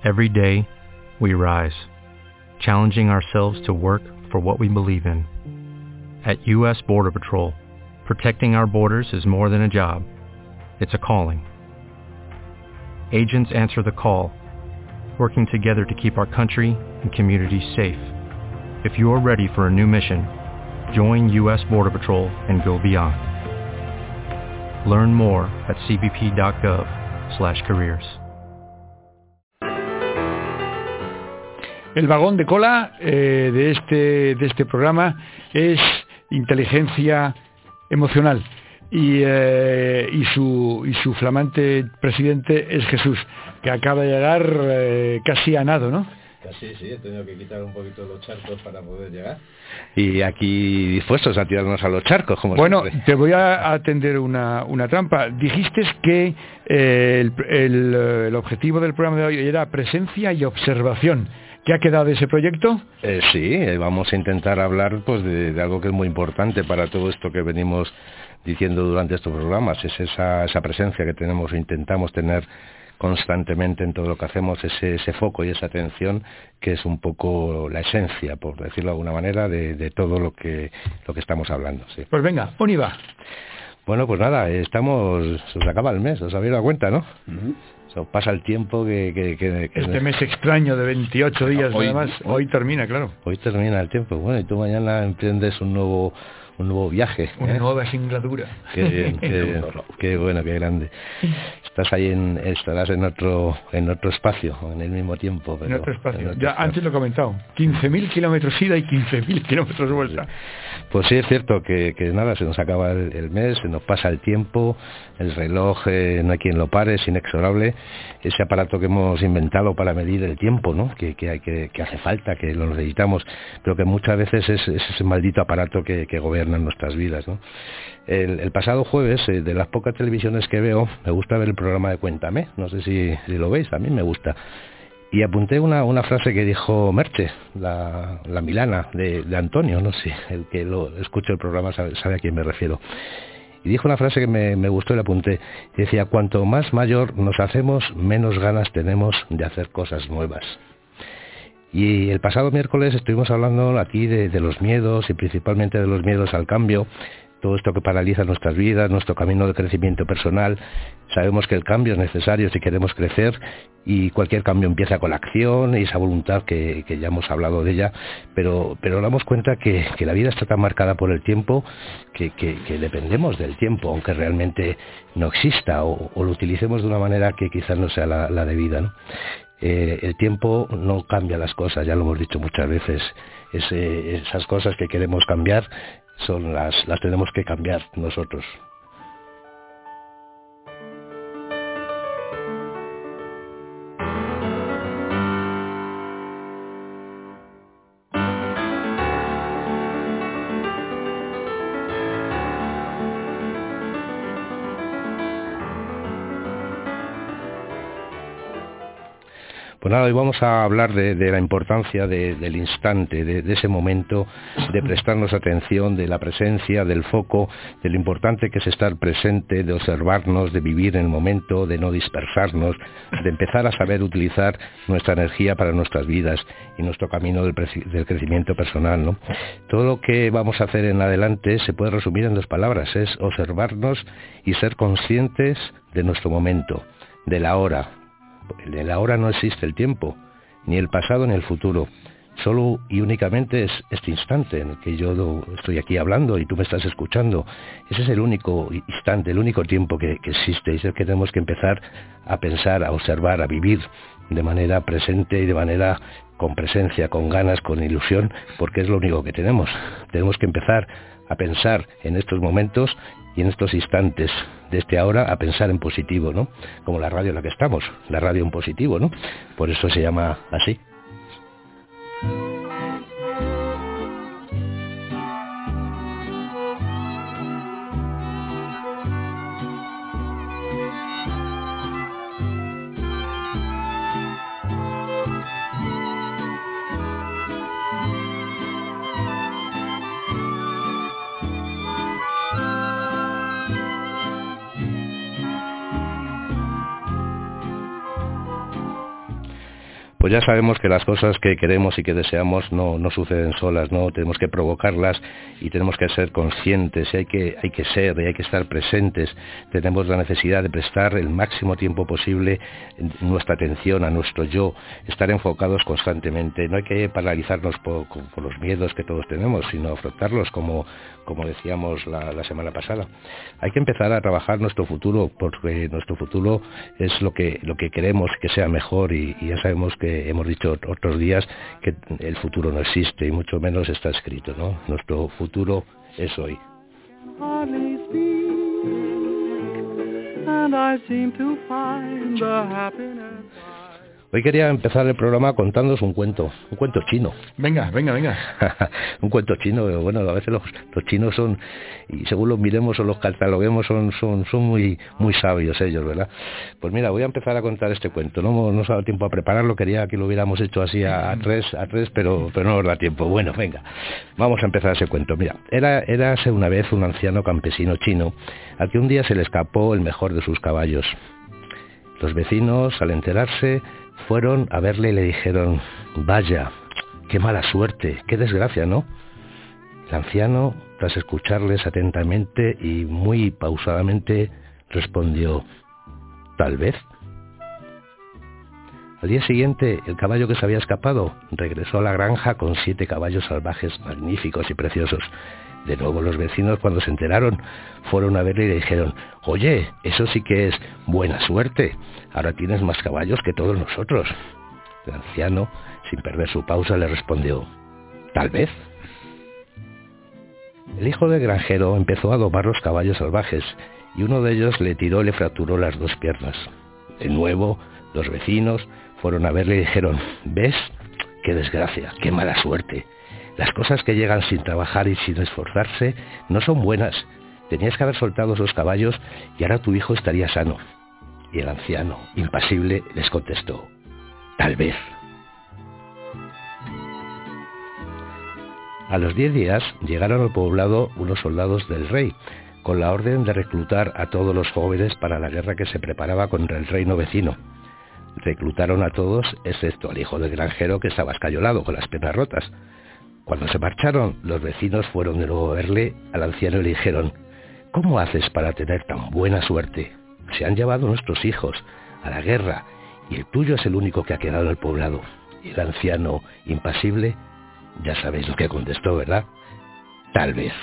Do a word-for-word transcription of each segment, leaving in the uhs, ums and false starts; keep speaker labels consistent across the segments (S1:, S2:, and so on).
S1: Every day, we rise, challenging ourselves to work for what we believe in. At U S Border Patrol, protecting our borders is more than a job. It's a calling. Agents answer the call, working together to keep our country and communities safe. If you are ready for a new mission, join U S Border Patrol and go beyond. Learn more at c b p dot gov slash careers.
S2: El vagón de cola eh, de este de este programa es inteligencia emocional y eh, y su y su flamante presidente es Jesús, que acaba de llegar eh, casi a nado, ¿no?
S3: Casi, sí, he tenido que quitar un poquito los charcos para poder llegar.
S4: Y aquí dispuestos a tirarnos a los charcos, como
S2: bueno,
S4: siempre.
S2: Te voy a atender una, una trampa. Dijiste que eh, el, el, el objetivo del programa de hoy era presencia y observación. ¿Qué ha quedado de ese proyecto?
S4: Eh, sí, eh, vamos a intentar hablar pues de, de algo que es muy importante para todo esto que venimos diciendo durante estos programas. Es esa, esa presencia que tenemos o intentamos tener constantemente en todo lo que hacemos, ese, ese foco y esa atención que es un poco la esencia, por decirlo de alguna manera, de, de todo lo que lo que estamos hablando. Sí.
S2: Pues venga, ¿dónde va?
S4: Bueno, pues nada, estamos, se os acaba el mes, os habéis dado cuenta, ¿no? Uh-huh. Se os pasa el tiempo que... que, que, que
S2: este mes extraño de veintiocho días hoy, nada más, hoy termina, claro.
S4: Hoy termina el tiempo, bueno, y tú mañana emprendes un nuevo... un nuevo viaje.
S2: Una
S4: ¿eh?
S2: nueva singladura.
S4: Qué bien, qué, qué bueno, qué grande. Estás ahí en, estarás en otro en otro espacio, en el mismo tiempo. Pero
S2: en otro espacio.
S4: En otro
S2: ya
S4: espacio.
S2: Antes lo he comentado, quince mil kilómetros ida y quince mil kilómetros vuelta.
S4: Pues sí, es cierto que, que nada, se nos acaba el, el mes, se nos pasa el tiempo, el reloj eh, no hay quien lo pare, es inexorable. Ese aparato que hemos inventado para medir el tiempo, ¿no? Que, que, hay, que, que hace falta, que lo necesitamos, pero que muchas veces es, es ese maldito aparato que, que gobierna en nuestras vidas, ¿no? El, el pasado jueves, eh, de las pocas televisiones que veo, me gusta ver el programa de Cuéntame, no sé si, si lo veis, a mí me gusta. Y apunté una, una frase que dijo Merche, la, la milana de, de Antonio, no sé, el que lo escucha el programa sabe, sabe a quién me refiero. Y dijo una frase que me, me gustó y la apunté. Y decía, cuanto más mayor nos hacemos, menos ganas tenemos de hacer cosas nuevas. Y el pasado miércoles estuvimos hablando aquí de, de los miedos y principalmente de los miedos al cambio, todo esto que paraliza nuestras vidas, nuestro camino de crecimiento personal. Sabemos que el cambio es necesario si queremos crecer y cualquier cambio empieza con la acción y esa voluntad que, que ya hemos hablado de ella, pero, pero damos cuenta que, que la vida está tan marcada por el tiempo que, que, que dependemos del tiempo, aunque realmente no exista o, o lo utilicemos de una manera que quizás no sea la, la debida, ¿no? Eh, el tiempo no cambia las cosas, ya lo hemos dicho muchas veces. Es, eh, esas cosas que queremos cambiar son las, las tenemos que cambiar nosotros. Pues nada, hoy vamos a hablar de, de la importancia de, del instante, de, de ese momento, de prestarnos atención, de la presencia, del foco, de lo importante que es estar presente, de observarnos, de vivir en el momento, de no dispersarnos, de empezar a saber utilizar nuestra energía para nuestras vidas y nuestro camino del, del crecimiento personal, ¿no? Todo lo que vamos a hacer en adelante se puede resumir en dos palabras, es observarnos y ser conscientes de nuestro momento, de la hora. En el ahora no existe el tiempo, ni el pasado ni el futuro. Solo y únicamente es este instante en el que yo estoy aquí hablando y tú me estás escuchando. Ese es el único instante, el único tiempo que, que existe. Y es el que tenemos que empezar a pensar, a observar, a vivir de manera presente y de manera con presencia, con ganas, con ilusión, porque es lo único que tenemos. Tenemos que empezar a pensar en estos momentos y en estos instantes de este ahora, a pensar en positivo, ¿no? Como la radio en la que estamos, la radio en positivo, ¿no? Por eso se llama así. pues ya sabemos que las cosas que queremos y que deseamos no, no suceden solas, ¿no? Tenemos que provocarlas y tenemos que ser conscientes, y hay que, hay que ser, y hay que estar presentes. Tenemos la necesidad de prestar el máximo tiempo posible nuestra atención a nuestro yo, estar enfocados constantemente. No hay que paralizarnos por, por los miedos que todos tenemos, sino afrontarlos como, como decíamos la, la semana pasada. Hay que empezar a trabajar nuestro futuro, porque nuestro futuro es lo que, lo que queremos que sea mejor, y, y ya sabemos que hemos dicho otros días que el futuro no existe y mucho menos está escrito, ¿no? Nuestro futuro es hoy. Hoy quería empezar el programa contándoos un cuento, un cuento chino.
S2: Venga, venga, venga.
S4: Un cuento chino, bueno, a veces los, los chinos son, y según los miremos o los cataloguemos, son, son, son muy, muy sabios ellos, ¿verdad? Pues mira, voy a empezar a contar este cuento. No nos ha dado tiempo a prepararlo, quería que lo hubiéramos hecho así a, a tres, a tres, pero, pero no nos da tiempo. Bueno, venga, vamos a empezar ese cuento. Mira, era, érase una vez un anciano campesino chino al que un día se le escapó el mejor de sus caballos. Los vecinos, al enterarse, fueron a verle y le dijeron: vaya, qué mala suerte, qué desgracia, ¿no? El anciano, tras escucharles atentamente y muy pausadamente, respondió: tal vez. Al día siguiente, el caballo que se había escapado regresó a la granja con siete caballos salvajes magníficos y preciosos. De nuevo los vecinos, cuando se enteraron, fueron a verle y le dijeron: oye, eso sí que es buena suerte, ahora tienes más caballos que todos nosotros. El anciano, sin perder su pausa, le respondió: tal vez. El hijo del granjero empezó a domar los caballos salvajes y uno de ellos le tiró y le fracturó las dos piernas. De nuevo, los vecinos fueron a verle y dijeron: ¿ves? ¡Qué desgracia! ¡Qué mala suerte! Las cosas que llegan sin trabajar y sin esforzarse no son buenas. Tenías que haber soltado esos caballos y ahora tu hijo estaría sano. Y el anciano, impasible, les contestó: tal vez. A los diez días llegaron al poblado unos soldados del rey, con la orden de reclutar a todos los jóvenes para la guerra que se preparaba contra el reino vecino. Reclutaron a todos, excepto al hijo del granjero, que estaba escayolado, con las piernas rotas. Cuando se marcharon, los vecinos fueron de nuevo a verle al anciano y le dijeron: ¿cómo haces para tener tan buena suerte? Se han llevado nuestros hijos a la guerra y el tuyo es el único que ha quedado en el poblado. Y el anciano, impasible, ya sabéis lo que contestó, ¿verdad? Tal vez.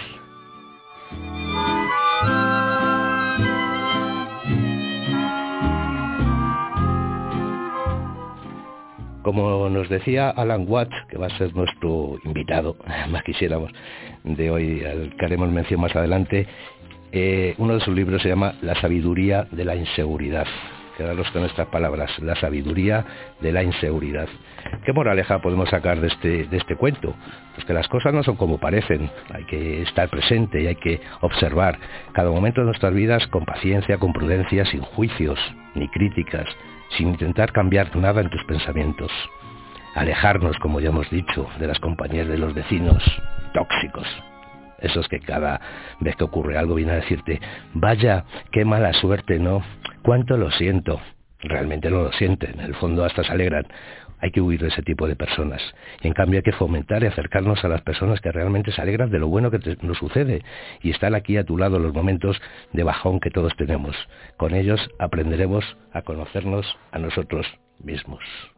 S4: Como nos decía Alan Watts, que va a ser nuestro invitado, más quisiéramos, de hoy, al que haremos mención más adelante, eh, uno de sus libros se llama La sabiduría de la inseguridad. Quedaros con estas palabras: la sabiduría de la inseguridad. ¿Qué moraleja podemos sacar de este, de este cuento? Pues que las cosas no son como parecen, hay que estar presente y hay que observar cada momento de nuestras vidas con paciencia, con prudencia, sin juicios ni críticas, sin intentar cambiar nada en tus pensamientos. Alejarnos, como ya hemos dicho, de las compañías de los vecinos tóxicos. Esos que cada vez que ocurre algo vienen a decirte: vaya, qué mala suerte, ¿no? Cuánto lo siento. Realmente no lo sienten, en el fondo hasta se alegran. Hay que huir de ese tipo de personas. Y en cambio hay que fomentar y acercarnos a las personas que realmente se alegran de lo bueno que te, nos sucede y están aquí a tu lado en los momentos de bajón que todos tenemos. Con ellos aprenderemos a conocernos a nosotros mismos.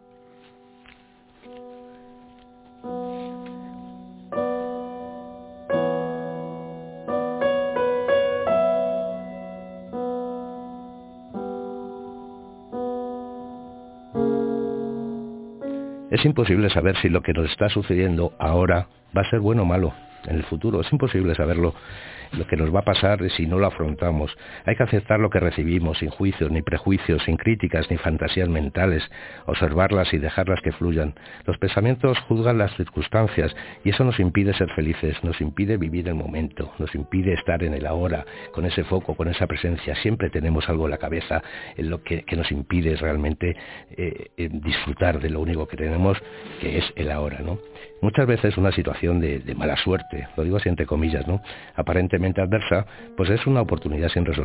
S4: Es imposible saber si lo que nos está sucediendo ahora va a ser bueno o malo en el futuro. Es imposible saberlo, lo que nos va a pasar si no lo afrontamos. Hay que aceptar lo que recibimos, sin juicios, ni prejuicios, sin críticas, ni fantasías mentales, observarlas y dejarlas que fluyan. Los pensamientos juzgan las circunstancias y eso nos impide ser felices, nos impide vivir el momento, nos impide estar en el ahora, con ese foco, con esa presencia. Siempre tenemos algo en la cabeza en lo que, que nos impide realmente eh, eh, disfrutar de lo único que tenemos, que es el ahora, ¿no? Muchas veces una situación de, de mala suerte, lo digo así entre comillas, ¿no?, aparentemente adversa, pues es una oportunidad sin resolver.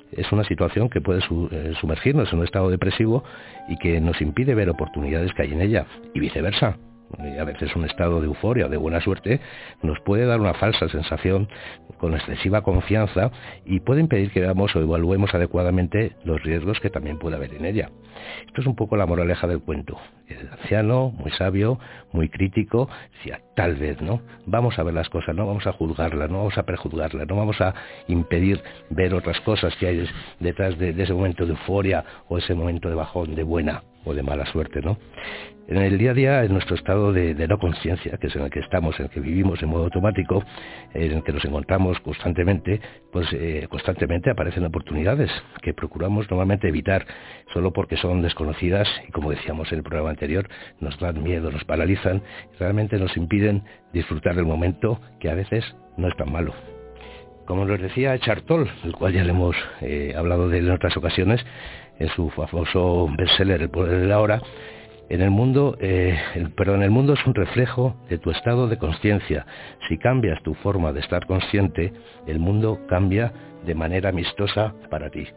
S4: es una situación que puede su, eh, sumergirnos en un estado depresivo y que nos impide ver oportunidades que hay en ella, y viceversa. Y a veces un estado de euforia o de buena suerte nos puede dar una falsa sensación con excesiva confianza y puede impedir que veamos o evaluemos adecuadamente los riesgos que también puede haber en ella. Esto es un poco la moraleja del cuento. El anciano, muy sabio, muy crítico, decía, tal vez, ¿no? Vamos a ver las cosas, no vamos a juzgarlas, no vamos a prejuzgarlas, no vamos a impedir ver otras cosas que hay detrás de, de ese momento de euforia o ese momento de bajón, de buena o de mala suerte, ¿no? En el día a día, en nuestro estado de, de no conciencia, que es en el que estamos, en el que vivimos en modo automático, en el que nos encontramos constantemente, pues eh, constantemente aparecen oportunidades que procuramos normalmente evitar, solo porque son desconocidas y, como decíamos en el programa anterior, nos dan miedo, nos paralizan, realmente nos impiden disfrutar del momento, que a veces no es tan malo. Como nos decía Eckhart Tolle, el cual ya le hemos eh, hablado de él en otras ocasiones, en su famoso bestseller El poder de la hora, en el mundo, eh, el, perdón, el mundo es un reflejo de tu estado de conciencia. Si cambias tu forma de estar consciente, el mundo cambia de manera amistosa para ti.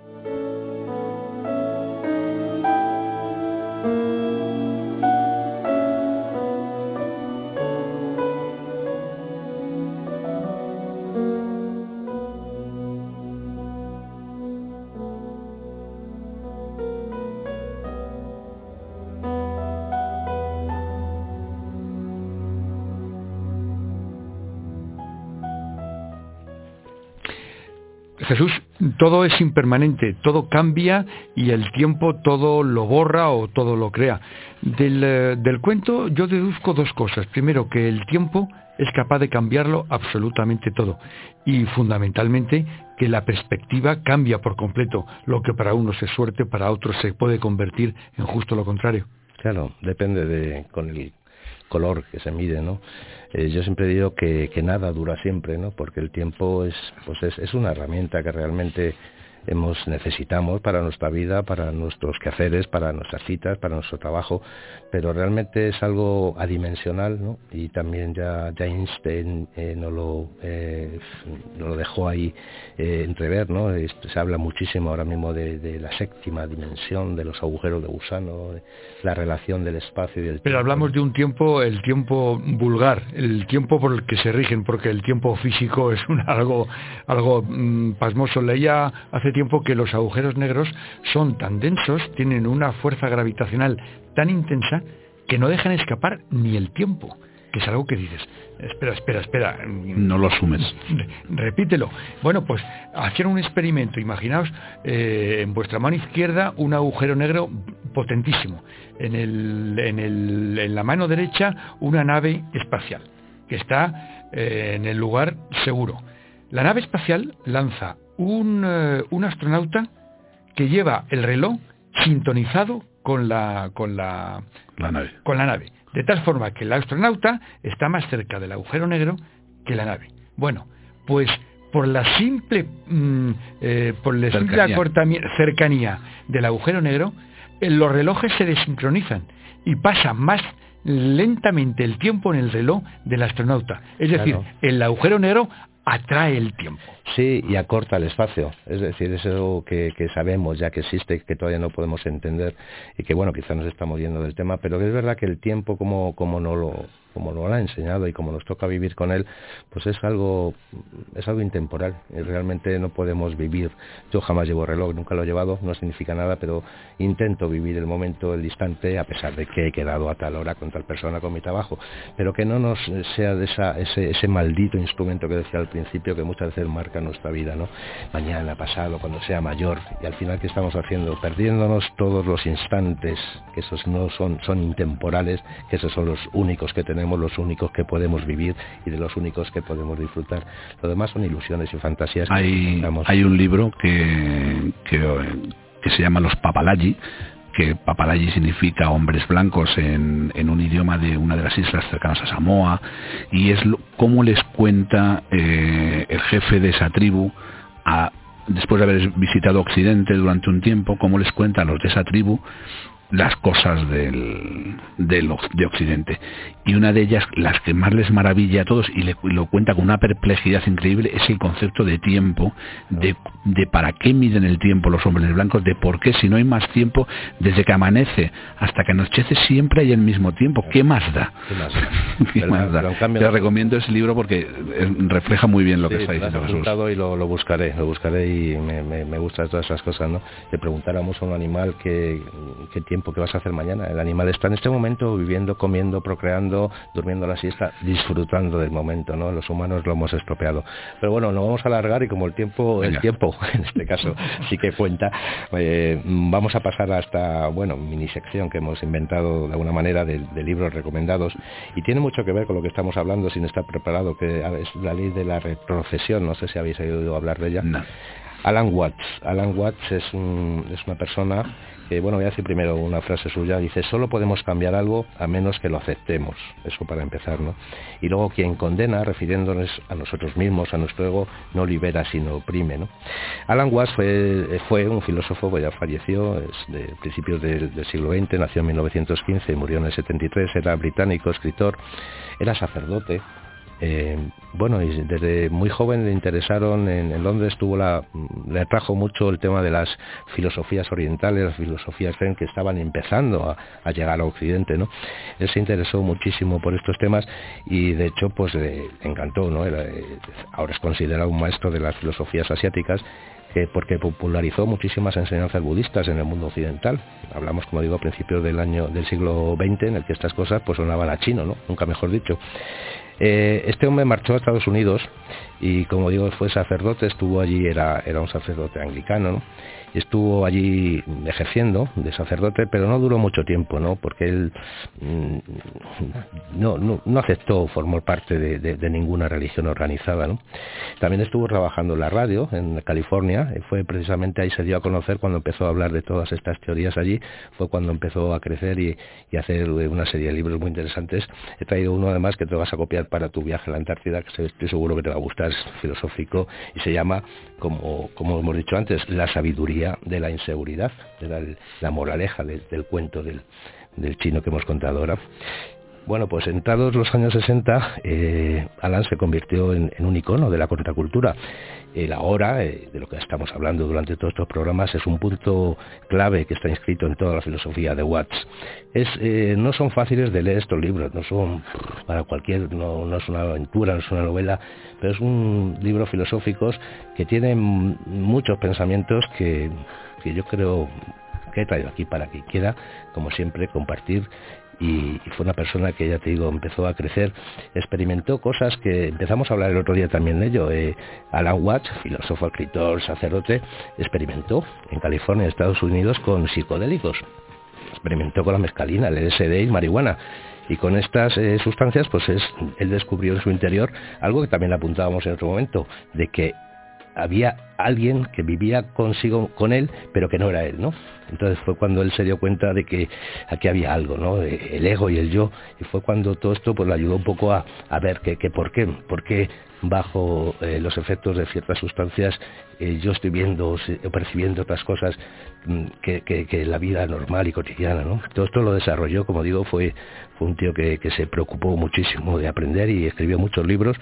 S2: Jesús, todo es impermanente, todo cambia y el tiempo todo lo borra o todo lo crea. Del, eh, del cuento yo deduzco dos cosas. Primero, que el tiempo es capaz de cambiarlo absolutamente todo. Y fundamentalmente, que la perspectiva cambia por completo. Lo que para unos es suerte, para otros se puede convertir en justo lo contrario.
S4: Claro, depende de con el color que se mide, ¿no? Eh, yo siempre digo que, que nada dura siempre, ¿no? Porque el tiempo es, pues es, es una herramienta que realmente hemos necesitamos para nuestra vida, para nuestros quehaceres, para nuestras citas, para nuestro trabajo, pero realmente es algo adimensional, ¿no? Y también ya, ya Einstein eh, nos lo, eh, nos lo dejó ahí eh, entrever, ¿no? Esto, se habla muchísimo ahora mismo de, de la séptima dimensión, de los agujeros de gusano, de la relación del espacio y del tiempo.
S2: Pero hablamos de un tiempo, el tiempo vulgar, el tiempo por el que se rigen, porque el tiempo físico es un, algo, algo mmm, pasmoso. Leía hace tiempo que los agujeros negros son tan densos, tienen una fuerza gravitacional tan intensa que no dejan escapar ni el tiempo, que es algo que dices, espera, espera, espera.
S5: No lo asumes.
S2: Repítelo. Bueno, pues hacían un experimento, imaginaos eh, en vuestra mano izquierda un agujero negro potentísimo, en, el, en, el, en la mano derecha una nave espacial, que está eh, en el lugar seguro. La nave espacial lanza un, uh, un astronauta que lleva el reloj sintonizado con la, con la,
S5: la nave.
S2: con la nave, de tal forma que el astronauta está más cerca del agujero negro que la nave. Bueno, pues por la simple, mm, eh, por la simple acortami- cercanía del agujero negro, eh, los relojes se desincronizan y pasa más lentamente el tiempo en el reloj del astronauta. Es decir, claro, el agujero negro atrae el tiempo.
S4: Sí, y acorta el espacio. Es decir, es algo que, que sabemos ya que existe, que todavía no podemos entender y que, bueno, quizás nos estamos yendo del tema, pero que es verdad que el tiempo, como, como no lo... como nos lo ha enseñado y como nos toca vivir con él, pues es algo es algo intemporal. Y realmente no podemos vivir. Yo jamás llevo reloj, nunca lo he llevado, no significa nada, pero intento vivir el momento, el instante, a pesar de que he quedado a tal hora con tal persona, con mi trabajo, pero que no nos sea de esa, ese, ese maldito instrumento que decía al principio, que muchas veces marca nuestra vida, ¿no? Mañana, pasado, cuando sea mayor, y al final, ¿qué estamos haciendo? Perdiéndonos todos los instantes, que esos no son, son intemporales, que esos son los únicos que tenemos, los únicos que podemos vivir y de los únicos que podemos disfrutar. Lo demás son ilusiones y fantasías. Que
S5: hay, hay un libro que, que, que se llama Los Papalagi, que Papalagi significa hombres blancos en, en un idioma de una de las islas cercanas a Samoa, y es lo, cómo les cuenta eh, el jefe de esa tribu, a, después de haber visitado Occidente durante un tiempo, cómo les cuenta a los de esa tribu las cosas del, del de Occidente, y una de ellas, las que más les maravilla a todos y, le, y lo cuenta con una perplejidad increíble, es el concepto de tiempo, de, de para qué miden el tiempo los hombres blancos, de por qué si no hay más tiempo, desde que amanece hasta que anochece siempre hay el mismo tiempo. ¿Qué más da?
S4: ¿Qué más da?
S5: ¿Qué más da? Te no... recomiendo ese libro porque refleja muy bien lo sí, que está diciendo Jesús.
S4: Y lo, lo buscaré, lo buscaré y me, me, me gustan todas esas cosas, ¿no? Le preguntáramos a un animal qué, qué tiempo, qué vas a hacer mañana. El animal está en este momento viviendo, comiendo, procreando, durmiendo la siesta, disfrutando del momento, ¿no? Los humanos lo hemos estropeado. Pero bueno, nos vamos a alargar y como el tiempo, Venga. el tiempo, en este caso, sí que cuenta, eh, vamos a pasar a esta, bueno, mini sección que hemos inventado de alguna manera de, de libros recomendados y tiene mucho que ver con lo que estamos hablando sin estar preparado, que es la ley de la retrocesión. No sé si habéis oído hablar de ella.
S5: No.
S4: Alan Watts. Alan Watts es, un, es una persona que, bueno, voy a decir primero una frase suya. Dice, solo podemos cambiar algo a menos que lo aceptemos. Eso para empezar, ¿no? Y luego quien condena, refiriéndonos a nosotros mismos, a nuestro ego, no libera sino oprime, ¿no? Alan Watts fue, fue un filósofo que ya falleció, es de principios del, del siglo veinte, nació en mil novecientos quince y murió en el setenta y tres, era británico, escritor, era sacerdote. Eh, bueno, y desde muy joven le interesaron, en, en Londres tuvo la, le atrajo mucho el tema de las filosofías orientales, las filosofías zen que estaban empezando a, a llegar a Occidente, ¿no? Él se interesó muchísimo por estos temas y de hecho pues le encantó, ¿no? Era, ahora es considerado un maestro de las filosofías asiáticas, que porque popularizó muchísimas enseñanzas budistas en el mundo occidental. Hablamos, como digo, a principios del año del siglo veinte, en el que estas cosas pues sonaban a chino, ¿no? Nunca mejor dicho. Eh, este hombre marchó a Estados Unidos y, como digo, fue sacerdote, estuvo allí, era, era un sacerdote anglicano, ¿no? Y estuvo allí ejerciendo de sacerdote, pero no duró mucho tiempo, ¿no? Porque él mmm, no, no, no aceptó formar parte de, de, de ninguna religión organizada, ¿no? También estuvo trabajando en la radio en California, y fue precisamente ahí se dio a conocer cuando empezó a hablar de todas estas teorías allí, fue cuando empezó a crecer y, y a hacer una serie de libros muy interesantes. He traído uno además que te vas a copiar para tu viaje a la Antártida, que estoy seguro que te va a gustar, es filosófico y se llama, como, como hemos dicho antes, La sabiduría de la inseguridad, era la moraleja del, del cuento del, del chino que hemos contado ahora. Bueno, pues entrados los años sesenta, eh, Alan se convirtió en, en un icono de la contracultura. El ahora, eh, de lo que estamos hablando durante todos estos programas, es un punto clave que está inscrito en toda la filosofía de Watts. Es, eh, no son fáciles de leer estos libros, no son para cualquier, no, no es una aventura, no es una novela, pero es un libro filosófico que tiene muchos pensamientos que, que yo creo que he traído aquí para que quiera, como siempre, compartir. Y, y fue una persona que, ya te digo, empezó a crecer, experimentó cosas que empezamos a hablar el otro día también de ello. Eh, Alan Watts, filósofo, escritor, sacerdote, experimentó en California, en Estados Unidos, con psicodélicos. Experimentó con la mescalina, el L S D y marihuana. Y con estas eh, sustancias, pues es, él descubrió en su interior algo que también apuntábamos en otro momento, de que había alguien que vivía consigo con él, pero que no era él, ¿no? Entonces fue cuando él se dio cuenta de que aquí había algo, ¿no? El ego y el yo, y fue cuando todo esto pues le ayudó un poco a, a ver que, que por qué, por qué bajo eh, los efectos de ciertas sustancias eh, yo estoy viendo o percibiendo otras cosas mmm, que, que, que la vida normal y cotidiana, ¿no? Todo esto lo desarrolló, como digo, fue, fue un tío que, que se preocupó muchísimo de aprender y escribió muchos libros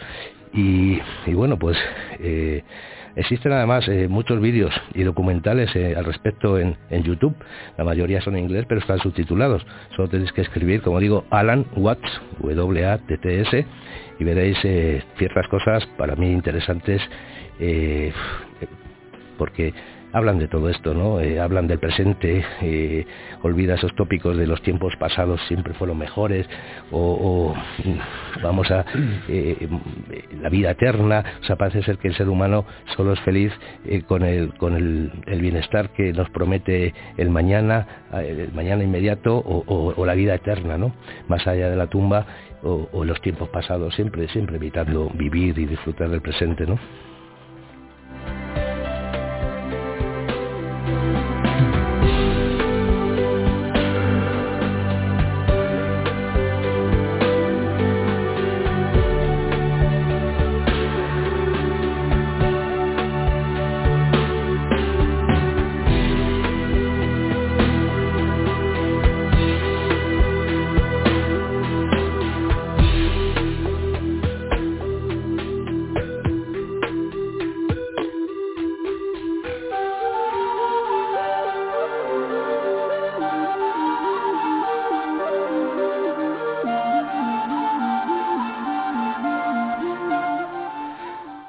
S4: y, y bueno, pues eh, existen además eh, muchos vídeos y documentales eh, al respecto en, en YouTube. La mayoría son en inglés, pero están subtitulados. Solo tenéis que escribir, como digo, Alan Watts, W A T T S, y veréis eh, ciertas cosas para mí interesantes, eh, porque hablan de todo esto, ¿no? Eh, hablan del presente, eh, olvida esos tópicos de los tiempos pasados siempre fueron mejores, o, o vamos a eh, la vida eterna. O sea, parece ser que el ser humano solo es feliz eh, con el con el, el bienestar que nos promete el mañana, el mañana inmediato, o, o, o la vida eterna, ¿no? Más allá de la tumba, o, o los tiempos pasados, siempre, siempre evitando vivir y disfrutar del presente, ¿no?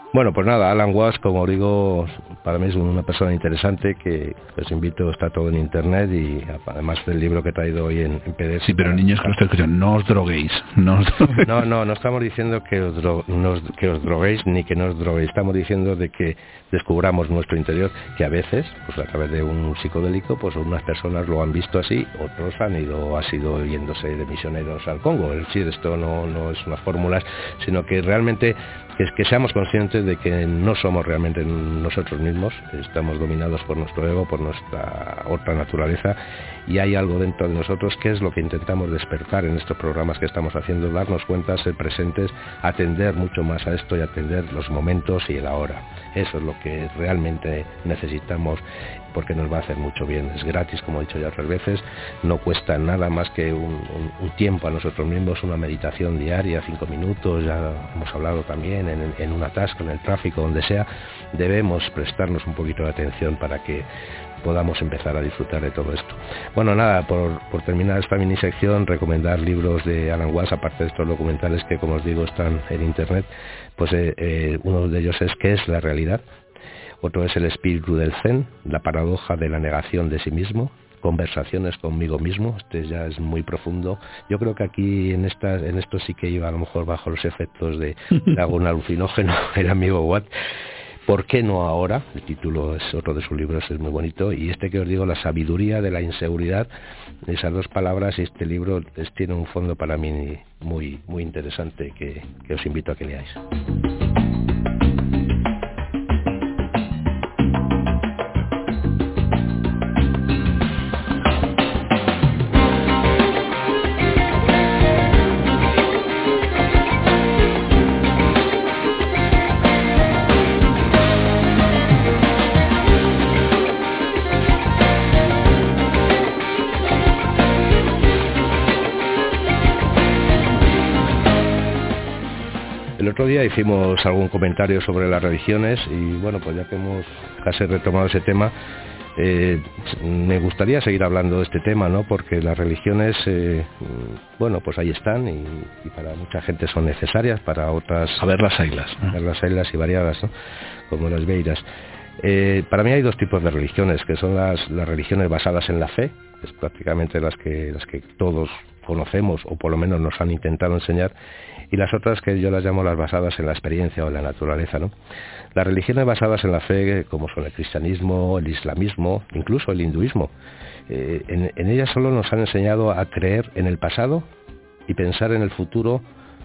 S4: Bueno, pues nada, Alan Watts, como digo, para mí es una persona interesante que os invito, está todo en internet y además del libro que he traído hoy en, en P D F.
S5: Sí, pero niños que no están escuchando, no os droguéis. No, os droguéis.
S4: no, no, no estamos diciendo que os, dro no os, que os droguéis ni que no os droguéis, estamos diciendo de que descubramos nuestro interior, que a veces, pues a través de un psicodélico, pues unas personas lo han visto así, otros han ido, ha sido yéndose de misioneros al Congo. Es decir, esto no, no es unas fórmulas, sino que realmente que, que seamos conscientes de que no somos realmente nosotros mismos, estamos dominados por nuestro ego, por nuestra otra naturaleza, y hay algo dentro de nosotros que es lo que intentamos despertar en estos programas que estamos haciendo, darnos cuenta, ser presentes, atender mucho más a esto y atender los momentos y el ahora. Eso es lo que realmente necesitamos, porque nos va a hacer mucho bien. Es gratis, como he dicho ya otras veces, no cuesta nada más que un, un, un tiempo a nosotros mismos, una meditación diaria, cinco minutos, ya hemos hablado también, en, en un atasco, en el tráfico, donde sea. Debemos prestarnos un poquito de atención para que podamos empezar a disfrutar de todo esto. Bueno, nada, por, por terminar esta mini sección, recomendar libros de Alan Watts, aparte de estos documentales que, como os digo, están en internet. Pues eh, eh, uno de ellos es ¿Qué es la realidad? Otro es El espíritu del Zen, la paradoja de la negación de sí mismo, Conversaciones conmigo mismo. Este ya es muy profundo. Yo creo que aquí en esta, en esto sí que iba a lo mejor bajo los efectos de, de algún alucinógeno el amigo Watt. ¿Por qué no ahora? El título es otro de sus libros, es muy bonito. Y este que os digo, La sabiduría de la inseguridad, esas dos palabras, y este libro es, tiene un fondo para mí muy, muy interesante que, que os invito a que leáis. El otro día hicimos algún comentario sobre las religiones y bueno, pues ya que hemos casi retomado ese tema, eh, me gustaría seguir hablando de este tema, ¿no? Porque las religiones, eh, bueno, pues ahí están y, y para mucha gente son necesarias, para otras...
S5: A ver las ailas.
S4: A ver las ailas y variadas, ¿no? Como las beiras. Eh, para mí hay dos tipos de religiones, que son las, las religiones basadas en la fe, que es prácticamente las que, las que todos conocemos o por lo menos nos han intentado enseñar, y las otras que yo las llamo las basadas en la experiencia o en la naturaleza, ¿no? Las religiones basadas en la fe, como son el cristianismo, el islamismo, incluso el hinduismo, eh, en, en ellas solo nos han enseñado a creer en el pasado y pensar en el futuro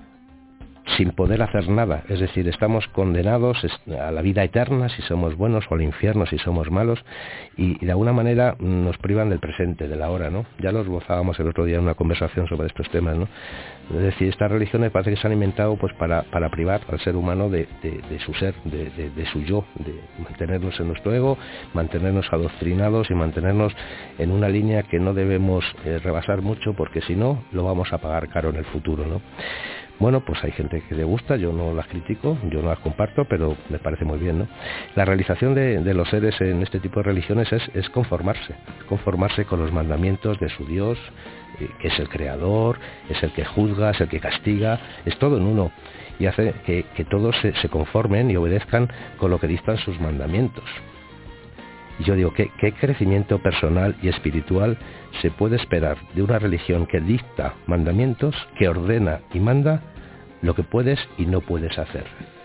S4: sin poder hacer nada, es decir, estamos condenados a la vida eterna si somos buenos o al infierno si somos malos, y, y de alguna manera nos privan del presente, del ahora, ¿no? Ya lo esbozábamos el otro día en una conversación sobre estos temas, ¿no? Es decir, estas religiones parece que se han inventado pues para, para privar al ser humano de, de, de su ser, de, de, de su yo, de mantenernos en nuestro ego, mantenernos adoctrinados y mantenernos en una línea que no debemos eh, rebasar mucho, porque si no lo vamos a pagar caro en el futuro, ¿no? Bueno, pues hay gente que le gusta, yo no las critico, yo no las comparto, pero me parece muy bien, ¿no? La realización de, de los seres en este tipo de religiones es, es conformarse, conformarse con los mandamientos de su Dios, eh, que es el creador, es el que juzga, es el que castiga, es todo en uno, y hace que, que todos se, se conformen y obedezcan con lo que dictan sus mandamientos. Y yo digo, ¿qué, ¿qué crecimiento personal y espiritual se puede esperar de una religión que dicta mandamientos, que ordena y manda lo que puedes y no puedes hacer?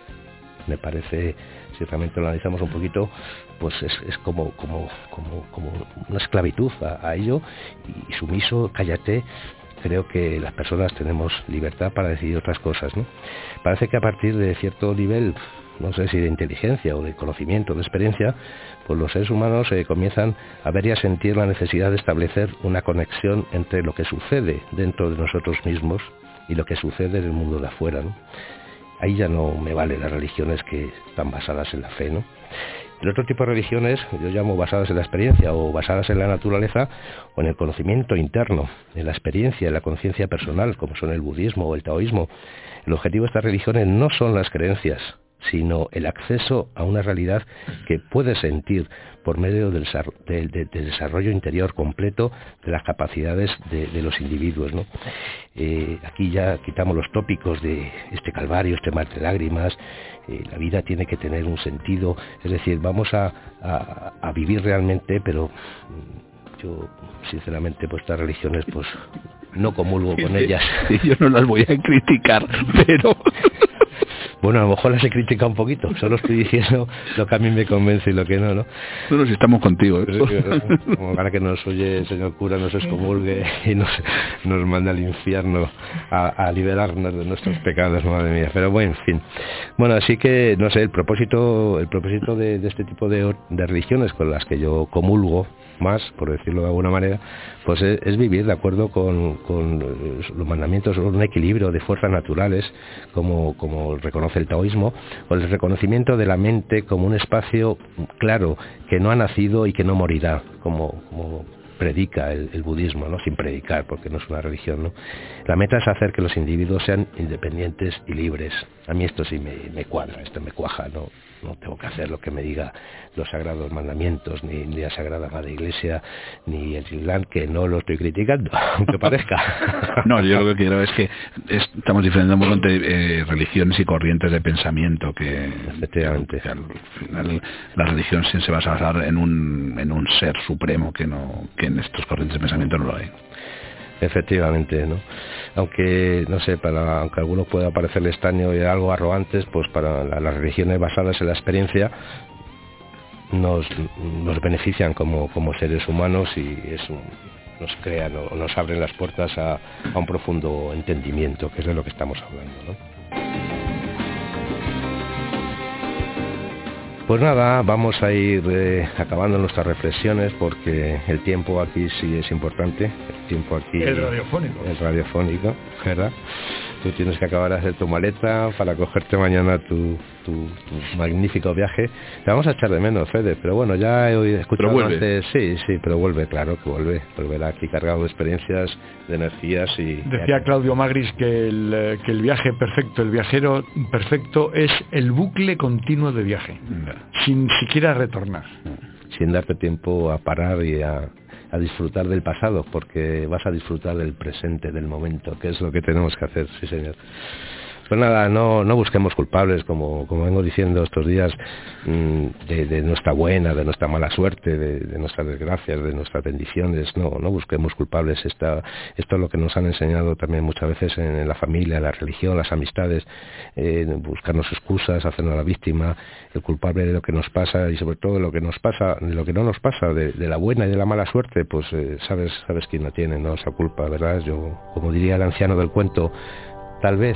S4: Me parece, si realmente lo analizamos un poquito, pues es, es como, como, como, como una esclavitud a, a ello, y sumiso, cállate. Creo que las personas tenemos libertad para decidir otras cosas, ¿no? Parece que a partir de cierto nivel, no sé si de inteligencia o de conocimiento, de experiencia, pues los seres humanos eh, comienzan a ver y a sentir la necesidad de establecer una conexión entre lo que sucede dentro de nosotros mismos y lo que sucede en el mundo de afuera, ¿no? Ahí ya no me valen las religiones que están basadas en la fe, ¿no? El otro tipo de religiones yo llamo basadas en la experiencia o basadas en la naturaleza o en el conocimiento interno, en la experiencia, en la conciencia personal, como son el budismo o el taoísmo. El objetivo de estas religiones no son las creencias, sino el acceso a una realidad que puedes sentir por medio del, del, del desarrollo interior completo de las capacidades de, de los individuos, ¿no? Eh, aquí ya quitamos los tópicos de este calvario, este mar de lágrimas. Eh, la vida tiene que tener un sentido, es decir, vamos a, a, a vivir realmente, pero yo sinceramente pues estas religiones pues no comulgo con ellas.
S5: Sí, yo no las voy a criticar, pero...
S4: Bueno, a lo mejor las he criticado un poquito, solo estoy diciendo lo que a mí me convence y lo que no, ¿no?
S5: Bueno, si estamos contigo.
S4: ¿eh? Como para que nos oye el señor cura, nos excomulgue y nos, nos mande al infierno a, a liberarnos de nuestros pecados, madre mía. Pero bueno, en fin. Bueno, así que, no sé, el propósito el propósito de, de este tipo de, de religiones con las que yo comulgo más, por decirlo de alguna manera, pues es, es vivir de acuerdo con, con los mandamientos, un equilibrio de fuerzas naturales, como, como reconoce el taoísmo, o el reconocimiento de la mente como un espacio claro, que no ha nacido y que no morirá, como, como predica el, el budismo, ¿no? Sin predicar, porque no es una religión, ¿no? La meta es hacer que los individuos sean independientes y libres. A mí esto sí me, me cuadra, esto me cuaja, ¿no? No tengo que hacer lo que me diga los sagrados mandamientos, ni, ni la Sagrada Madre Iglesia, ni el Islam, que no lo estoy criticando, aunque parezca.
S5: No, yo lo que quiero es que es, estamos diferenciando entre eh, religiones y corrientes de pensamiento, que,
S4: efectivamente,
S5: que al final la religión sí se va a basar en un, en un ser supremo, que no que en estos corrientes de pensamiento no lo hay.
S4: Efectivamente, ¿no? Aunque, no sé, para aunque a algunos pueda parecerle extraño y algo arrogantes, pues para la, las religiones basadas en la experiencia nos, nos benefician como, como seres humanos y es un, nos crean o nos abren las puertas a, a un profundo entendimiento, que es de lo que estamos hablando, ¿no? Pues nada, vamos a ir eh, acabando nuestras reflexiones porque el tiempo aquí sí es importante, el tiempo aquí...
S2: El radiofónico.
S4: El radiofónico, ¿verdad? Tú tienes que acabar de hacer tu maleta para cogerte mañana tu, tu, tu magnífico viaje. Te vamos a echar de menos, Fede, pero bueno, ya he escuchado antes... Sí, sí, pero vuelve, claro que vuelve. Volverá aquí cargado de experiencias, de energías y...
S2: Decía Claudio Magris que el, que el viaje perfecto, el viajero perfecto es el bucle continuo de viaje, sin siquiera retornar.
S4: Sin darte tiempo a parar y a... a disfrutar del pasado, porque vas a disfrutar del presente, del momento, que es lo que tenemos que hacer, sí señor. Pues nada, no, no busquemos culpables, como, como vengo diciendo estos días, mmm, de, de nuestra buena, de nuestra mala suerte, de, de nuestras desgracias, de nuestras bendiciones, no, no busquemos culpables. Esta, esto es lo que nos han enseñado también muchas veces en, en la familia, la religión, las amistades, eh, buscarnos excusas, hacernos la víctima, el culpable de lo que nos pasa y sobre todo de lo que nos pasa, de lo que no nos pasa, de, de la buena y de la mala suerte, pues eh, sabes, sabes quién la tiene, ¿no? Esa culpa, ¿verdad? Yo, como diría el anciano del cuento, tal vez,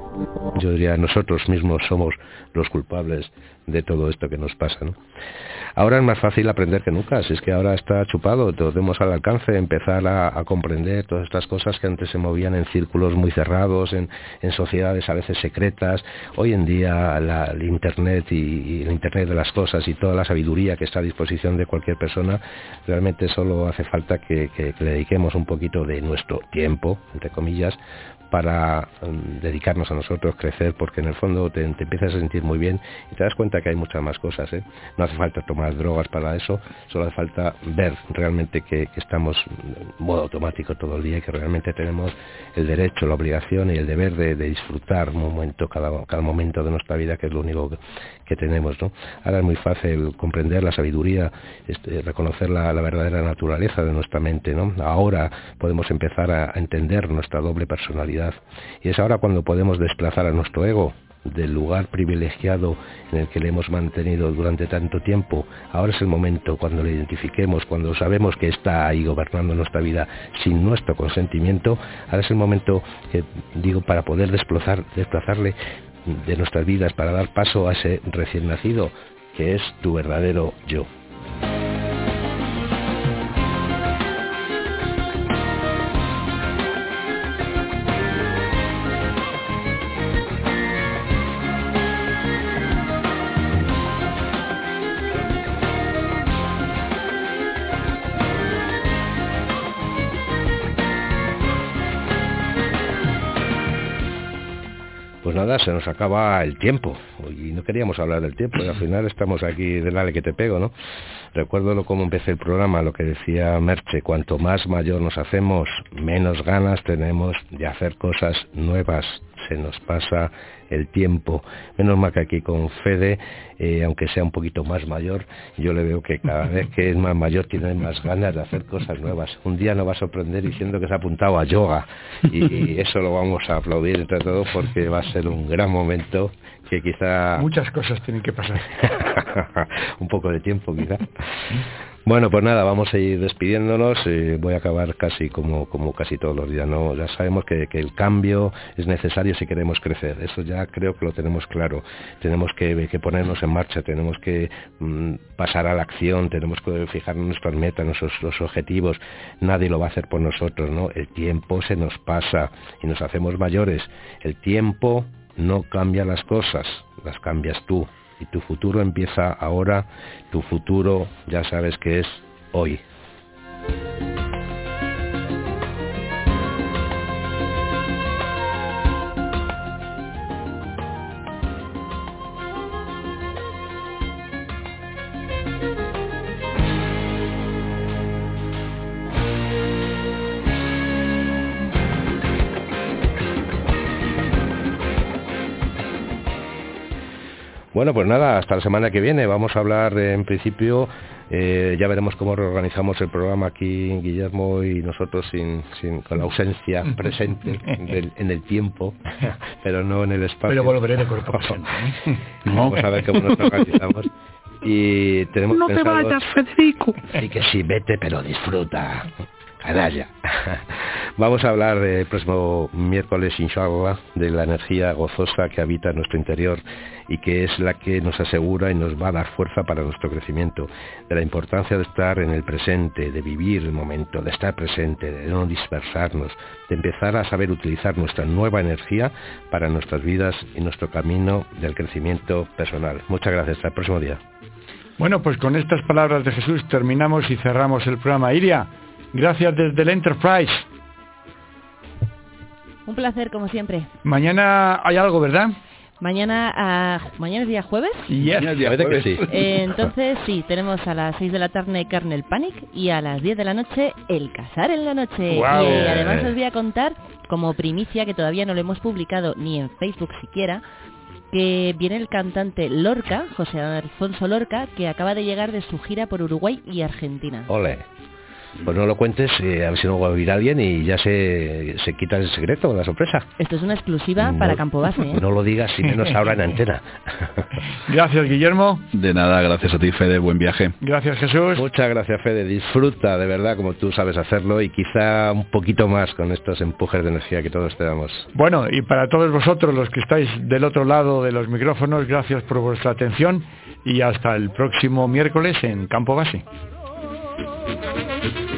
S4: yo diría, nosotros mismos somos los culpables de todo esto que nos pasa, ¿no? Ahora es más fácil aprender que nunca, si es que ahora está chupado, tenemos al alcance empezar a, a comprender todas estas cosas que antes se movían en círculos muy cerrados, en, en sociedades a veces secretas. Hoy en día la, el Internet y, y el Internet de las cosas y toda la sabiduría que está a disposición de cualquier persona, realmente solo hace falta que, que, que le dediquemos un poquito de nuestro tiempo, entre comillas, para um, dedicarnos a nosotros, crecer, porque en el fondo te, te empiezas a sentir muy bien y te das cuenta que hay muchas más cosas, ¿eh? No hace falta tomar drogas para eso, solo hace falta ver realmente que, que estamos en modo automático todo el día y que realmente tenemos el derecho, la obligación y el deber de, de disfrutar un momento, cada, cada momento de nuestra vida, que es lo único que, que tenemos, ¿no? Ahora es muy fácil comprender la sabiduría, este, reconocer la, la verdadera naturaleza de nuestra mente, ¿no? Ahora podemos empezar a, a entender nuestra doble personalidad. Y es ahora cuando podemos desplazar a nuestro ego del lugar privilegiado en el que le hemos mantenido durante tanto tiempo. Ahora es el momento cuando lo identifiquemos, cuando sabemos que está ahí gobernando nuestra vida sin nuestro consentimiento. Ahora es el momento, que digo, para poder desplazar, desplazarle de nuestras vidas, para dar paso a ese recién nacido que es tu verdadero yo. Pues pues nada, se nos acaba el tiempo y no queríamos hablar del tiempo y al final estamos aquí de dale que te pego, ¿no? Recuerdo lo cómo empecé el programa, lo que decía Merche, cuanto más mayor nos hacemos, menos ganas tenemos de hacer cosas nuevas, se nos pasa el tiempo. Menos mal que aquí con Fede, eh, aunque sea un poquito más mayor, yo le veo que cada vez que es más mayor tiene más ganas de hacer cosas nuevas. Un día nos va a sorprender diciendo que se ha apuntado a yoga y eso lo vamos a aplaudir entre todos porque va a ser un gran momento que quizá...
S2: Muchas cosas tienen que pasar.
S4: un poco de tiempo quizá. Bueno, pues nada, vamos a ir despidiéndonos. Eh, voy a acabar casi como, como casi todos los días, ¿no? Ya sabemos que, que el cambio es necesario si queremos crecer. Eso ya creo que lo tenemos claro. Tenemos que, que ponernos en marcha, tenemos que mm, pasar a la acción, tenemos que fijarnos nuestras metas, nuestros los objetivos. Nadie lo va a hacer por nosotros, ¿no? El tiempo se nos pasa y nos hacemos mayores. El tiempo no cambia las cosas, las cambias tú. Y tu futuro empieza ahora, tu futuro ya sabes que es hoy. Bueno, pues nada, hasta la semana que viene. Vamos a hablar, eh, en principio, eh, ya veremos cómo reorganizamos el programa aquí, Guillermo y nosotros, sin, sin con la ausencia presente del, en el tiempo, pero no en el espacio.
S2: Pero volveré de cuerpo presente, ¿eh?
S4: Vamos a ver cómo nos organizamos. Y tenemos
S2: no te vayas, Federico.
S4: Sí que sí, vete, pero disfruta. Canalla. Vamos a hablar el próximo miércoles, inshallah, de la energía gozosa que habita en nuestro interior y que es la que nos asegura y nos va a dar fuerza para nuestro crecimiento, de la importancia de estar en el presente, de vivir el momento, de estar presente, de no dispersarnos, de empezar a saber utilizar nuestra nueva energía para nuestras vidas y nuestro camino del crecimiento personal. Muchas gracias, hasta el próximo día.
S2: Bueno, pues con estas palabras de Jesús terminamos y cerramos el programa. Iria, gracias desde el Enterprise.
S6: Un placer, como siempre.
S2: Mañana hay algo, ¿verdad?
S6: Mañana, uh, ¿mañana es día jueves?
S2: Yes.
S4: Mañana es día jueves.
S5: Sí.
S6: Eh, entonces, sí, tenemos a las seis de la tarde Kernel Panic y a las diez de la noche El Casar en la Noche.
S2: Wow.
S6: Y además os voy a contar, como primicia, que todavía no lo hemos publicado ni en Facebook siquiera, que viene el cantante Lorca, José Alfonso Lorca, que acaba de llegar de su gira por Uruguay y Argentina.
S4: Ole. Pues no lo cuentes, eh, a ver si no va a oír alguien y ya se, se quita el secreto, la sorpresa.
S6: Esto es una exclusiva
S4: no,
S6: para Campo Base, ¿eh?
S4: No lo digas, y menos ahora en antena.
S2: Gracias, Guillermo.
S5: De nada, gracias a ti, Fede, buen viaje.
S2: Gracias, Jesús.
S4: Muchas gracias, Fede. Disfruta, de verdad, como tú sabes hacerlo y quizá un poquito más con estos empujes de energía que todos te damos.
S2: Bueno, y para todos vosotros, los que estáis del otro lado de los micrófonos, gracias por vuestra atención y hasta el próximo miércoles en Campo Base.